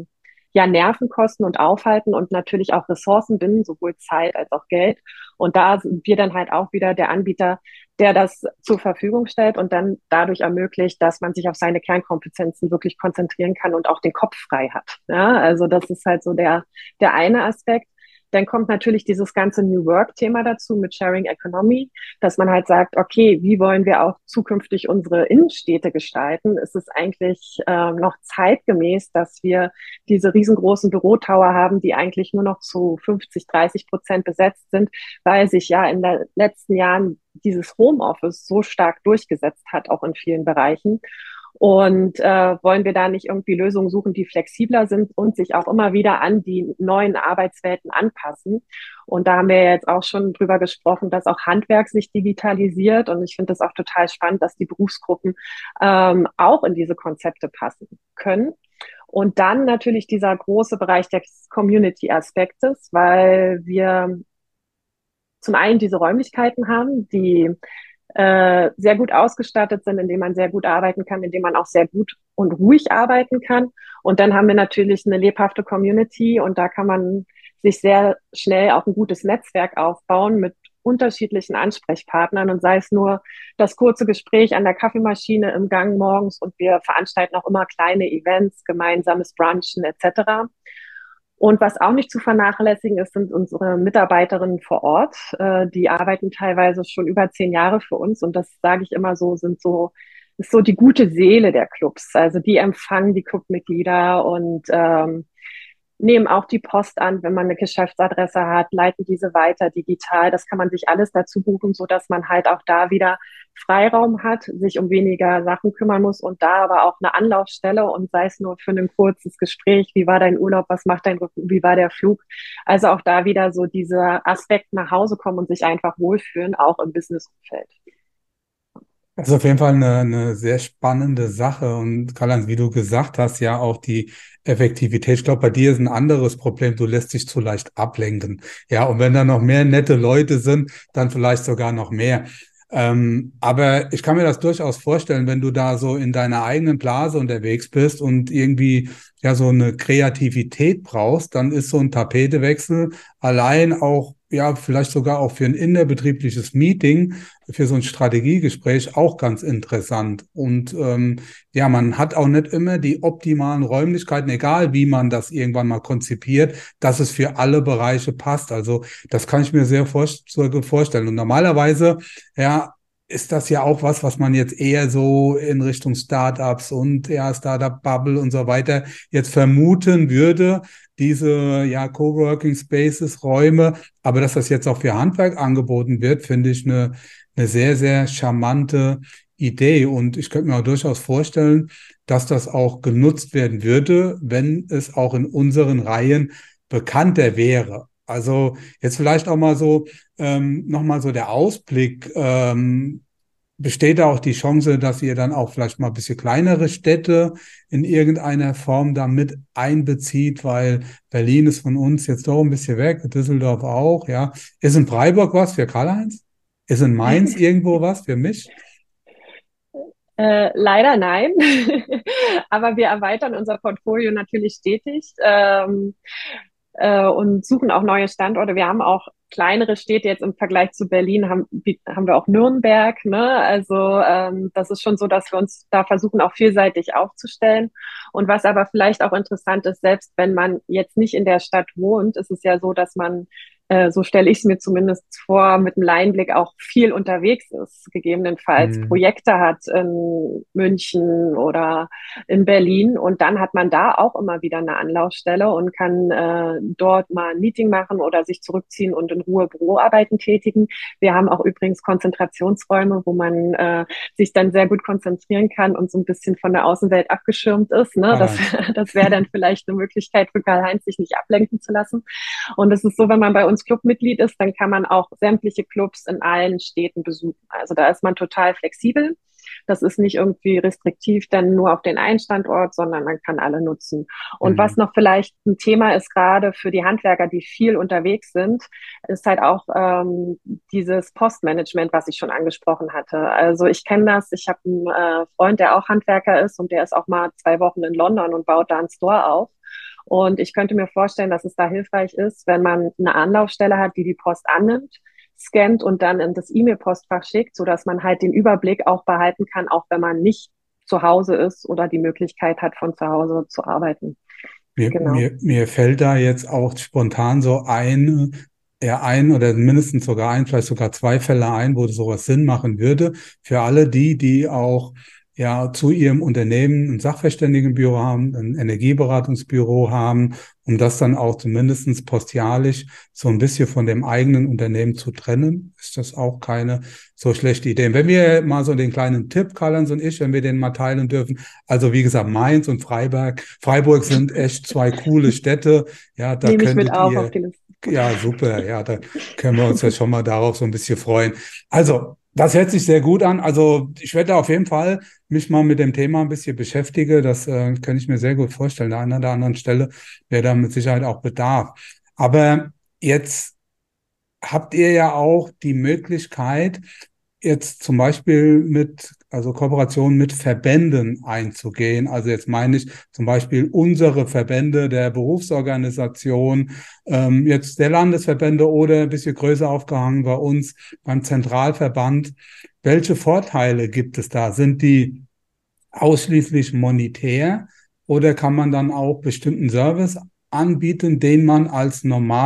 ja Nerven kosten und aufhalten und natürlich auch Ressourcen binden, sowohl Zeit als auch Geld. Und da sind wir dann halt auch wieder der Anbieter, der das zur Verfügung stellt und dann dadurch ermöglicht, dass man sich auf seine Kernkompetenzen wirklich konzentrieren kann und auch den Kopf frei hat. Ja, also das ist halt so der eine Aspekt. Dann kommt natürlich dieses ganze New Work-Thema dazu mit Sharing Economy, dass man halt sagt, okay, wie wollen wir auch zukünftig unsere Innenstädte gestalten? Ist es eigentlich noch zeitgemäß, dass wir diese riesengroßen Bürotower haben, die eigentlich nur noch zu 50-30% besetzt sind, weil sich ja in den letzten Jahren dieses Homeoffice so stark durchgesetzt hat, auch in vielen Bereichen. Und wollen wir da nicht irgendwie Lösungen suchen, die flexibler sind und sich auch immer wieder an die neuen Arbeitswelten anpassen? Und da haben wir jetzt auch schon drüber gesprochen, dass auch Handwerk sich digitalisiert. Und ich finde das auch total spannend, dass die Berufsgruppen auch in diese Konzepte passen können. Und dann natürlich dieser große Bereich des Community-Aspektes, weil wir zum einen diese Räumlichkeiten haben, die sehr gut ausgestattet sind, indem man sehr gut arbeiten kann, indem man auch sehr gut und ruhig arbeiten kann. Und dann haben wir natürlich eine lebhafte Community und da kann man sich sehr schnell auch ein gutes Netzwerk aufbauen mit unterschiedlichen Ansprechpartnern und sei es nur das kurze Gespräch an der Kaffeemaschine im Gang morgens und wir veranstalten auch immer kleine Events, gemeinsames Brunchen etc. Und was auch nicht zu vernachlässigen ist, sind unsere Mitarbeiterinnen vor Ort. Die arbeiten teilweise schon über 10 Jahre für uns. Und das sage ich immer so, ist so die gute Seele der Clubs. Also die empfangen die Clubmitglieder und nehmen auch die Post an, wenn man eine Geschäftsadresse hat, leiten diese weiter digital. Das kann man sich alles dazu buchen, so dass man halt auch da wieder Freiraum hat, sich um weniger Sachen kümmern muss und da aber auch eine Anlaufstelle und sei es nur für ein kurzes Gespräch, wie war dein Urlaub, was macht dein Rücken, wie war der Flug. Also auch da wieder so dieser Aspekt nach Hause kommen und sich einfach wohlfühlen, auch im Businessumfeld. Das ist auf jeden Fall eine sehr spannende Sache. Und Karl-Heinz, wie du gesagt hast, ja auch die Effektivität. Ich glaube, bei dir ist ein anderes Problem. Du lässt dich zu leicht ablenken. Ja, und wenn da noch mehr nette Leute sind, dann vielleicht sogar noch mehr. Aber ich kann mir das durchaus vorstellen, wenn du da so in deiner eigenen Blase unterwegs bist und irgendwie ja so eine Kreativität brauchst, dann ist so ein Tapetewechsel allein auch, ja, vielleicht sogar auch für ein innerbetriebliches Meeting, für so ein Strategiegespräch auch ganz interessant. Und ja, man hat auch nicht immer die optimalen Räumlichkeiten, egal wie man das irgendwann mal konzipiert, dass es für alle Bereiche passt. Also das kann ich mir sehr vorstellen. Und normalerweise, ja, ist das ja auch was man jetzt eher so in Richtung Startups und ja, Startup-Bubble und so weiter jetzt vermuten würde, diese ja Coworking Spaces, Räume, aber dass das jetzt auch für Handwerk angeboten wird, finde ich eine sehr, sehr charmante Idee und ich könnte mir auch durchaus vorstellen, dass das auch genutzt werden würde, wenn es auch in unseren Reihen bekannter wäre. Also jetzt vielleicht auch mal so nochmal so der Ausblick. Besteht da auch die Chance, dass ihr dann auch vielleicht mal ein bisschen kleinere Städte in irgendeiner Form da mit einbezieht, weil Berlin ist von uns jetzt doch ein bisschen weg, Düsseldorf auch, ja. Ist in Freiburg was für Karl-Heinz? Ist in Mainz irgendwo was für mich? Leider nein, aber wir erweitern unser Portfolio natürlich stetig und suchen auch neue Standorte. Wir haben auch kleinere Städte jetzt im Vergleich zu Berlin, haben wir auch Nürnberg. Ne? Also das ist schon so, dass wir uns da versuchen, auch vielseitig aufzustellen. Und was aber vielleicht auch interessant ist, selbst wenn man jetzt nicht in der Stadt wohnt, ist es ja so, dass man so stelle ich es mir zumindest vor, mit einem Laienblick auch viel unterwegs ist, gegebenenfalls Projekte hat in München oder in Berlin und dann hat man da auch immer wieder eine Anlaufstelle und kann dort mal ein Meeting machen oder sich zurückziehen und in Ruhe Büroarbeiten tätigen. Wir haben auch übrigens Konzentrationsräume, wo man sich dann sehr gut konzentrieren kann und so ein bisschen von der Außenwelt abgeschirmt ist. Ne? Das wäre dann vielleicht eine Möglichkeit für Karl-Heinz, sich nicht ablenken zu lassen. Und es ist so, wenn man bei uns Clubmitglied ist, dann kann man auch sämtliche Clubs in allen Städten besuchen. Also da ist man total flexibel. Das ist nicht irgendwie restriktiv dann nur auf den einen Standort, sondern man kann alle nutzen. Und was noch vielleicht ein Thema ist, gerade für die Handwerker, die viel unterwegs sind, ist halt auch dieses Postmanagement, was ich schon angesprochen hatte. Also ich kenne das. Ich habe einen Freund, der auch Handwerker ist und der ist auch mal 2 Wochen in London und baut da einen Store auf. Und ich könnte mir vorstellen, dass es da hilfreich ist, wenn man eine Anlaufstelle hat, die die Post annimmt, scannt und dann in das E-Mail-Postfach schickt, sodass man halt den Überblick auch behalten kann, auch wenn man nicht zu Hause ist oder die Möglichkeit hat, von zu Hause zu arbeiten. Genau. Mir fällt da jetzt auch spontan so ein oder mindestens sogar vielleicht sogar 2 Fälle ein, wo sowas Sinn machen würde. Für alle die auch ja zu ihrem Unternehmen ein Sachverständigenbüro haben, ein Energieberatungsbüro haben, um das dann auch zumindest postialisch so ein bisschen von dem eigenen Unternehmen zu trennen, ist das auch keine so schlechte Idee. Wenn wir mal so den kleinen Tipp, Karl-Heinz und ich, wenn wir den mal teilen dürfen, also wie gesagt, Mainz und Freiburg sind echt 2 coole Städte. Ja, da Nehme ich mit könntet auf ihr, auf die Liste. ja, super, ja, da können wir uns ja schon mal darauf so ein bisschen freuen. Also, das hört sich sehr gut an. Also ich werde auf jeden Fall mich mal mit dem Thema ein bisschen beschäftigen. Das kann ich mir sehr gut vorstellen. An einer oder anderen Stelle wäre da mit Sicherheit auch Bedarf. Aber jetzt habt ihr ja auch die Möglichkeit, jetzt zum Beispiel also Kooperationen mit Verbänden einzugehen. Also jetzt meine ich zum Beispiel unsere Verbände der Berufsorganisation, jetzt der Landesverbände oder ein bisschen größer aufgehangen bei uns beim Zentralverband. Welche Vorteile gibt es da? Sind die ausschließlich monetär oder kann man dann auch bestimmten Service anbieten, den man als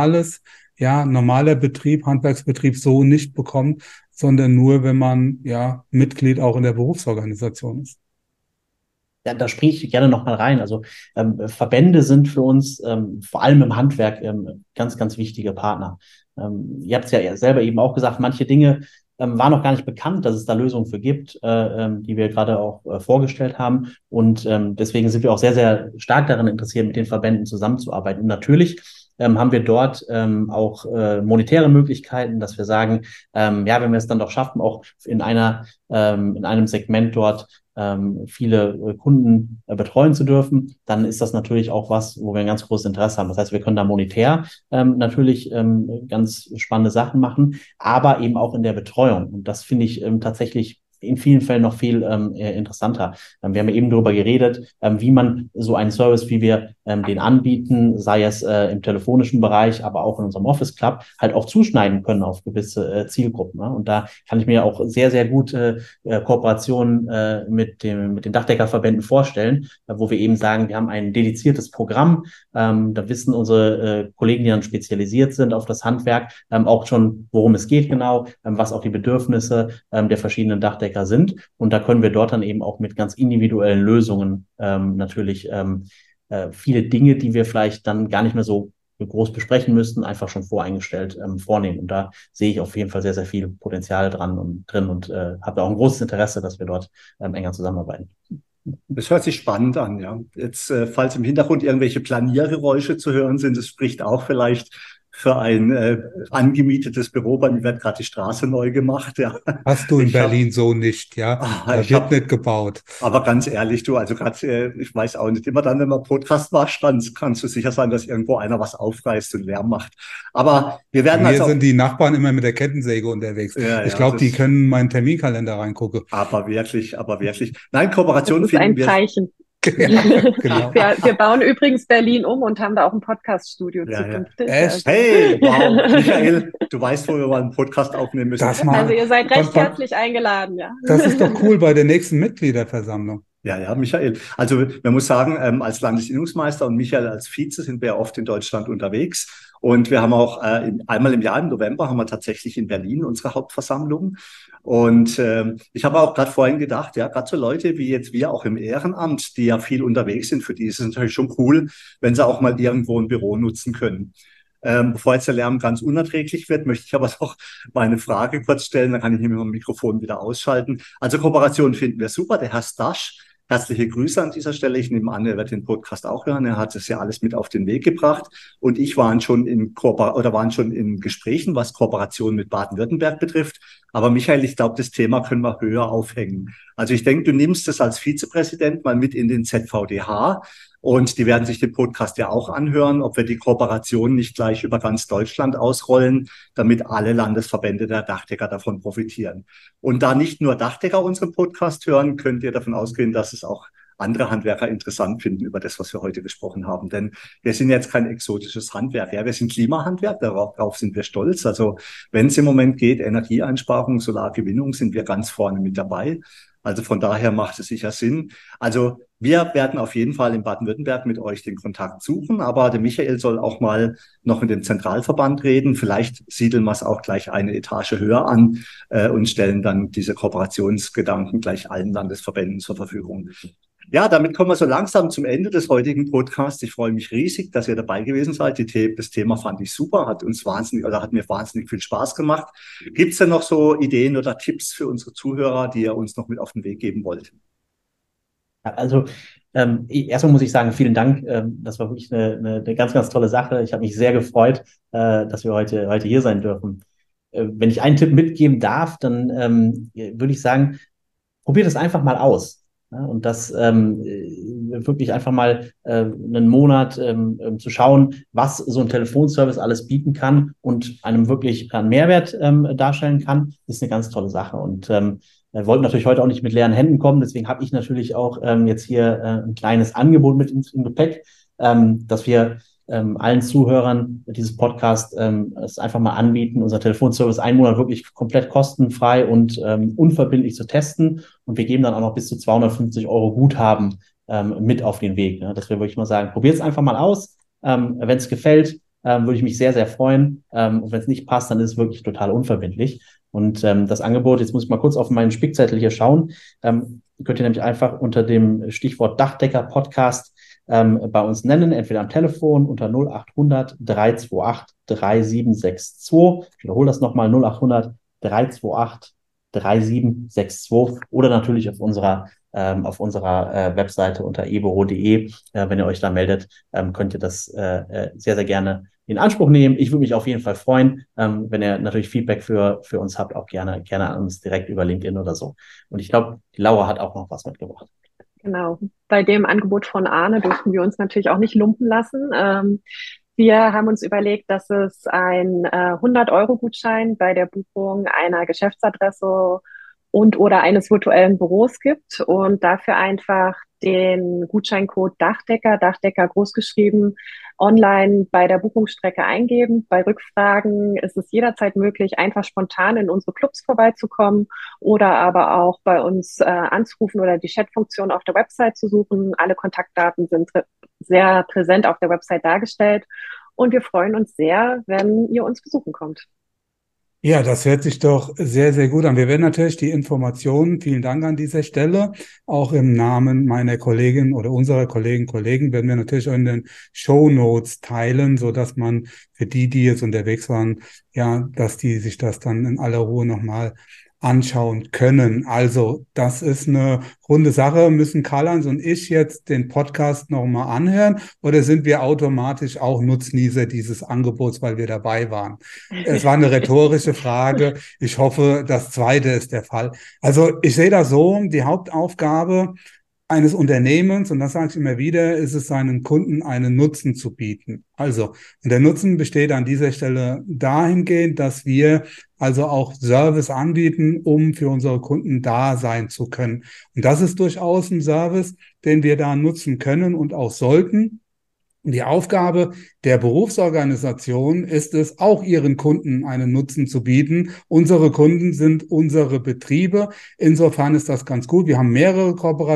normaler Betrieb, Handwerksbetrieb so nicht bekommt, sondern nur, wenn man ja Mitglied auch in der Berufsorganisation ist? Ja, da springe ich gerne noch mal rein. Also Verbände sind für uns vor allem im Handwerk ganz, ganz wichtige Partner. Ihr habt es ja selber eben auch gesagt, manche Dinge war noch gar nicht bekannt, dass es da Lösungen für gibt, die wir gerade auch vorgestellt haben. Und deswegen sind wir auch sehr, sehr stark daran interessiert, mit den Verbänden zusammenzuarbeiten. Und natürlich haben wir dort auch monetäre Möglichkeiten, dass wir sagen, wenn wir es dann doch schaffen, auch in einem Segment dort viele Kunden betreuen zu dürfen, dann ist das natürlich auch was, wo wir ein ganz großes Interesse haben. Das heißt, wir können da monetär natürlich ganz spannende Sachen machen, aber eben auch in der Betreuung. Und das finde ich tatsächlich in vielen Fällen noch viel interessanter. Wir haben ja eben darüber geredet, wie man so einen Service, wie wir den anbieten, sei es im telefonischen Bereich, aber auch in unserem Office Club, halt auch zuschneiden können auf gewisse Zielgruppen. Ne? Und da kann ich mir auch sehr, sehr gute Kooperationen mit den Dachdeckerverbänden vorstellen, wo wir eben sagen, wir haben ein dediziertes Programm. Da wissen unsere Kollegen, die dann spezialisiert sind auf das Handwerk, auch schon, worum es geht genau, was auch die Bedürfnisse der verschiedenen Dachdecker sind. Und da können wir dort dann eben auch mit ganz individuellen Lösungen natürlich viele Dinge, die wir vielleicht dann gar nicht mehr so groß besprechen müssten, einfach schon voreingestellt vornehmen. Und da sehe ich auf jeden Fall sehr, sehr viel Potenzial drin und habe da auch ein großes Interesse, dass wir dort enger zusammenarbeiten. Das hört sich spannend an, ja. Jetzt, falls im Hintergrund irgendwelche Planiergeräusche zu hören sind, das spricht auch vielleicht für ein angemietetes Büro. Bei mir wird gerade die Straße neu gemacht, ja. Hast du in Ich habe Berlin so nicht, ja? Da ich wird hab, nicht gebaut. aber ganz ehrlich, du, also gerade, ich weiß auch nicht, immer dann, wenn man Podcast macht, dann kannst du sicher sein, dass irgendwo einer was aufreißt und Lärm macht. Aber wir Bei werden mir also sind die Nachbarn immer mit der Kettensäge unterwegs. ja, Ich ja, glaube, die das, können in meinen Terminkalender reingucken. aber wirklich, aber wirklich. Nein, Das Kooperation ist ein finden wir, Zeichen. Ja, genau. Wir bauen übrigens Berlin um und haben da auch ein Podcast-Studio ja, ja. zukünftig. Echt? Hey, wow, Michael, du weißt, wo wir mal einen Podcast aufnehmen müssen. Das Also machen. ihr seid recht Wann- herzlich eingeladen, ja. Das ist doch cool bei der nächsten Mitgliederversammlung. Ja, ja, Michael. Also man muss sagen, als Landesinnungsmeister und Michael als Vize sind wir ja oft in Deutschland unterwegs. Und wir haben auch einmal im Jahr, im November, haben wir tatsächlich in Berlin unsere Hauptversammlung. Und ich habe auch gerade vorhin gedacht, ja, gerade so Leute wie jetzt wir auch im Ehrenamt, die ja viel unterwegs sind, für die ist es natürlich schon cool, wenn sie auch mal irgendwo ein Büro nutzen können. Bevor jetzt der Lärm ganz unerträglich wird, möchte ich aber noch meine Frage kurz stellen, dann kann ich hier mit dem Mikrofon wieder ausschalten. Also Kooperation finden wir super. Der Herr Stasch, herzliche Grüße an dieser Stelle. Ich nehme an, er wird den Podcast auch hören. Er hat es ja alles mit auf den Weg gebracht. Und ich waren schon in Gesprächen, was Kooperation mit Baden-Württemberg betrifft. Aber Michael, ich glaube, das Thema können wir höher aufhängen. Also ich denke, du nimmst es als Vizepräsident mal mit in den ZVDH. Und die werden sich den Podcast ja auch anhören, ob wir die Kooperation nicht gleich über ganz Deutschland ausrollen, damit alle Landesverbände der Dachdecker davon profitieren. Und da nicht nur Dachdecker unseren Podcast hören, könnt ihr davon ausgehen, dass es auch andere Handwerker interessant finden über das, was wir heute gesprochen haben. Denn wir sind jetzt kein exotisches Handwerk. Ja, wir sind Klimahandwerk, darauf sind wir stolz. Also wenn es im Moment geht, Energieeinsparung, Solargewinnung, sind wir ganz vorne mit dabei. Also von daher macht es sicher Sinn. Also wir werden auf jeden Fall in Baden-Württemberg mit euch den Kontakt suchen, aber der Michael soll auch mal noch in dem Zentralverband reden. Vielleicht siedeln wir es auch gleich eine Etage höher an und stellen dann diese Kooperationsgedanken gleich allen Landesverbänden zur Verfügung. Ja, damit kommen wir so langsam zum Ende des heutigen Podcasts. Ich freue mich riesig, dass ihr dabei gewesen seid. Das Thema fand ich super, hat mir wahnsinnig viel Spaß gemacht. Gibt es denn noch so Ideen oder Tipps für unsere Zuhörer, die ihr uns noch mit auf den Weg geben wollt? Also erstmal muss ich sagen, vielen Dank. Das war wirklich eine ganz, ganz tolle Sache. Ich habe mich sehr gefreut, dass wir heute hier sein dürfen. Wenn ich einen Tipp mitgeben darf, dann würde ich sagen, probiert es einfach mal aus. Ja, und das wirklich einfach mal einen Monat zu schauen, was so ein Telefonservice alles bieten kann und einem wirklich einen Mehrwert darstellen kann, ist eine ganz tolle Sache. Und wir wollten natürlich heute auch nicht mit leeren Händen kommen, deswegen habe ich natürlich auch jetzt hier ein kleines Angebot mit im Gepäck, dass wir allen Zuhörern dieses Podcasts es einfach mal anbieten, unser Telefonservice einen Monat wirklich komplett kostenfrei und unverbindlich zu testen. Und wir geben dann auch noch bis zu 250 Euro Guthaben mit auf den Weg. Ne? Dass wir wirklich mal sagen, probiert es einfach mal aus. Wenn es gefällt, würde ich mich sehr, sehr freuen. Und wenn es nicht passt, dann ist es wirklich total unverbindlich. Und das Angebot, jetzt muss ich mal kurz auf meinen Spickzettel hier schauen, könnt ihr nämlich einfach unter dem Stichwort Dachdecker-Podcast bei uns nennen, entweder am Telefon unter 0800 328 3762. Ich wiederhole das nochmal, 0800 328 3762 oder natürlich auf unserer Webseite unter eboro.de. Wenn ihr euch da meldet, könnt ihr das sehr, sehr gerne in Anspruch nehmen. Ich würde mich auf jeden Fall freuen, wenn ihr natürlich Feedback für uns habt, auch gerne an uns direkt über LinkedIn oder so. Und ich glaube, die Laura hat auch noch was mitgebracht. Genau. Bei dem Angebot von Arne durften wir uns natürlich auch nicht lumpen lassen. Wir haben uns überlegt, dass es ein 100-Euro-Gutschein bei der Buchung einer Geschäftsadresse und oder eines virtuellen Büros gibt und dafür einfach den Gutscheincode Dachdecker großgeschrieben, online bei der Buchungsstrecke eingeben. Bei Rückfragen ist es jederzeit möglich, einfach spontan in unsere Clubs vorbeizukommen oder aber auch bei uns anzurufen oder die Chatfunktion auf der Website zu suchen. Alle Kontaktdaten sind sehr präsent auf der Website dargestellt und wir freuen uns sehr, wenn ihr uns besuchen kommt. Ja, das hört sich doch sehr, sehr gut an. Wir werden natürlich die Informationen, vielen Dank an dieser Stelle, auch im Namen meiner Kollegin oder unserer Kollegen werden wir natürlich auch in den Shownotes teilen, so dass man für die jetzt unterwegs waren, ja, dass die sich das dann in aller Ruhe nochmal anschauen können. Also, das ist eine runde Sache. Müssen Karl-Heinz und ich jetzt den Podcast nochmal anhören oder sind wir automatisch auch Nutznießer dieses Angebots, weil wir dabei waren? Es war eine rhetorische Frage. Ich hoffe, das Zweite ist der Fall. Also, ich sehe das so, die Hauptaufgabe eines Unternehmens, und das sage ich immer wieder, ist es, seinen Kunden einen Nutzen zu bieten. Also, und der Nutzen besteht an dieser Stelle dahingehend, dass wir also auch Service anbieten, um für unsere Kunden da sein zu können. Und das ist durchaus ein Service, den wir da nutzen können und auch sollten. Die Aufgabe der Berufsorganisation ist es, auch ihren Kunden einen Nutzen zu bieten. Unsere Kunden sind unsere Betriebe. Insofern ist das ganz gut. Wir haben mehrere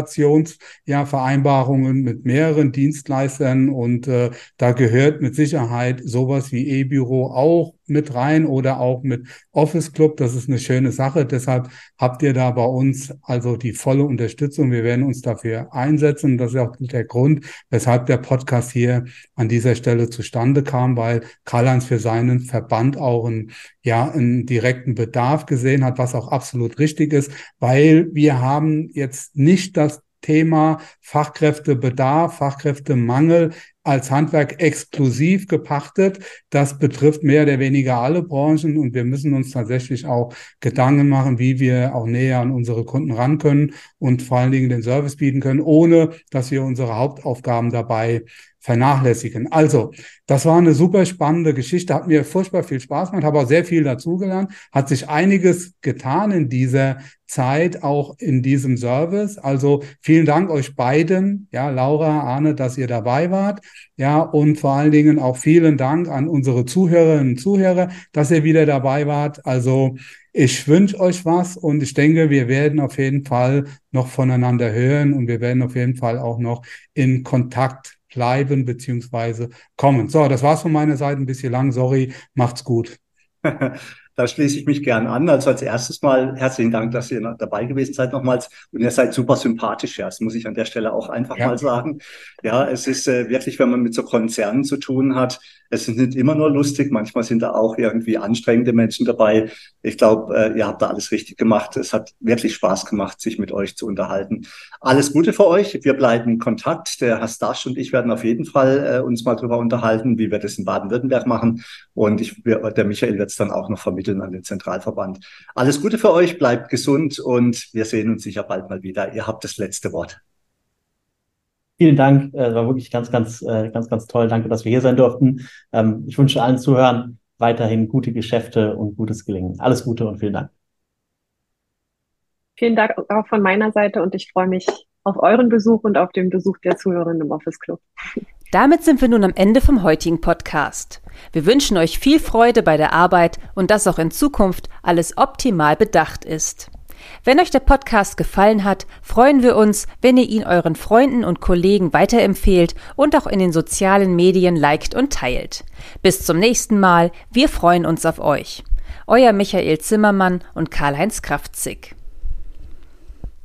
Vereinbarungen mit mehreren Dienstleistern und da gehört mit Sicherheit sowas wie E-Büro auch mit rein oder auch mit Office Club. Das ist eine schöne Sache. Deshalb habt ihr da bei uns also die volle Unterstützung. Wir werden uns dafür einsetzen. Das ist auch der Grund, weshalb der Podcast hier an dieser Stelle zustande kam, weil Karl-Heinz für seinen Verband auch einen direkten Bedarf gesehen hat, was auch absolut richtig ist, weil wir haben jetzt nicht das Thema Fachkräftebedarf, Fachkräftemangel als Handwerk exklusiv gepachtet. Das betrifft mehr oder weniger alle Branchen und wir müssen uns tatsächlich auch Gedanken machen, wie wir auch näher an unsere Kunden ran können und vor allen Dingen den Service bieten können, ohne dass wir unsere Hauptaufgaben dabei vernachlässigen. Also, das war eine super spannende Geschichte, hat mir furchtbar viel Spaß gemacht, habe auch sehr viel dazugelernt, hat sich einiges getan in dieser Zeit, auch in diesem Service. Also vielen Dank euch beiden, ja, Laura, Arne, dass ihr dabei wart. Ja, und vor allen Dingen auch vielen Dank an unsere Zuhörerinnen und Zuhörer, dass ihr wieder dabei wart. Also ich wünsche euch was und ich denke, wir werden auf jeden Fall noch voneinander hören und wir werden auf jeden Fall auch noch in Kontakt bleiben beziehungsweise kommen. So, das war's von meiner Seite, ein bisschen lang, sorry, macht's gut. Da schließe ich mich gern an. Also als erstes mal herzlichen Dank, dass ihr dabei gewesen seid nochmals. Und ihr seid super sympathisch, ja. Das muss ich an der Stelle auch einfach mal sagen. Ja, es ist wirklich, wenn man mit so Konzernen zu tun hat, es ist nicht immer nur lustig. Manchmal sind da auch irgendwie anstrengende Menschen dabei. Ich glaube, ihr habt da alles richtig gemacht. Es hat wirklich Spaß gemacht, sich mit euch zu unterhalten. Alles Gute für euch. Wir bleiben in Kontakt. Der Herr Stasch und ich werden auf jeden Fall uns mal drüber unterhalten, wie wir das in Baden-Württemberg machen. Und der Michael wird es dann auch noch vermitteln an den Zentralverband. Alles Gute für euch, bleibt gesund und wir sehen uns sicher bald mal wieder. Ihr habt das letzte Wort. Vielen Dank, war wirklich ganz toll. Danke, dass wir hier sein durften. Ich wünsche allen Zuhörern weiterhin gute Geschäfte und gutes Gelingen. Alles Gute und vielen Dank. Vielen Dank auch von meiner Seite und ich freue mich auf euren Besuch und auf den Besuch der Zuhörerinnen im Office Club. Damit sind wir nun am Ende vom heutigen Podcast. Wir wünschen euch viel Freude bei der Arbeit und dass auch in Zukunft alles optimal bedacht ist. Wenn euch der Podcast gefallen hat, freuen wir uns, wenn ihr ihn euren Freunden und Kollegen weiterempfehlt und auch in den sozialen Medien liked und teilt. Bis zum nächsten Mal, wir freuen uns auf euch. Euer Michael Zimmermann und Karl-Heinz Kraftzig.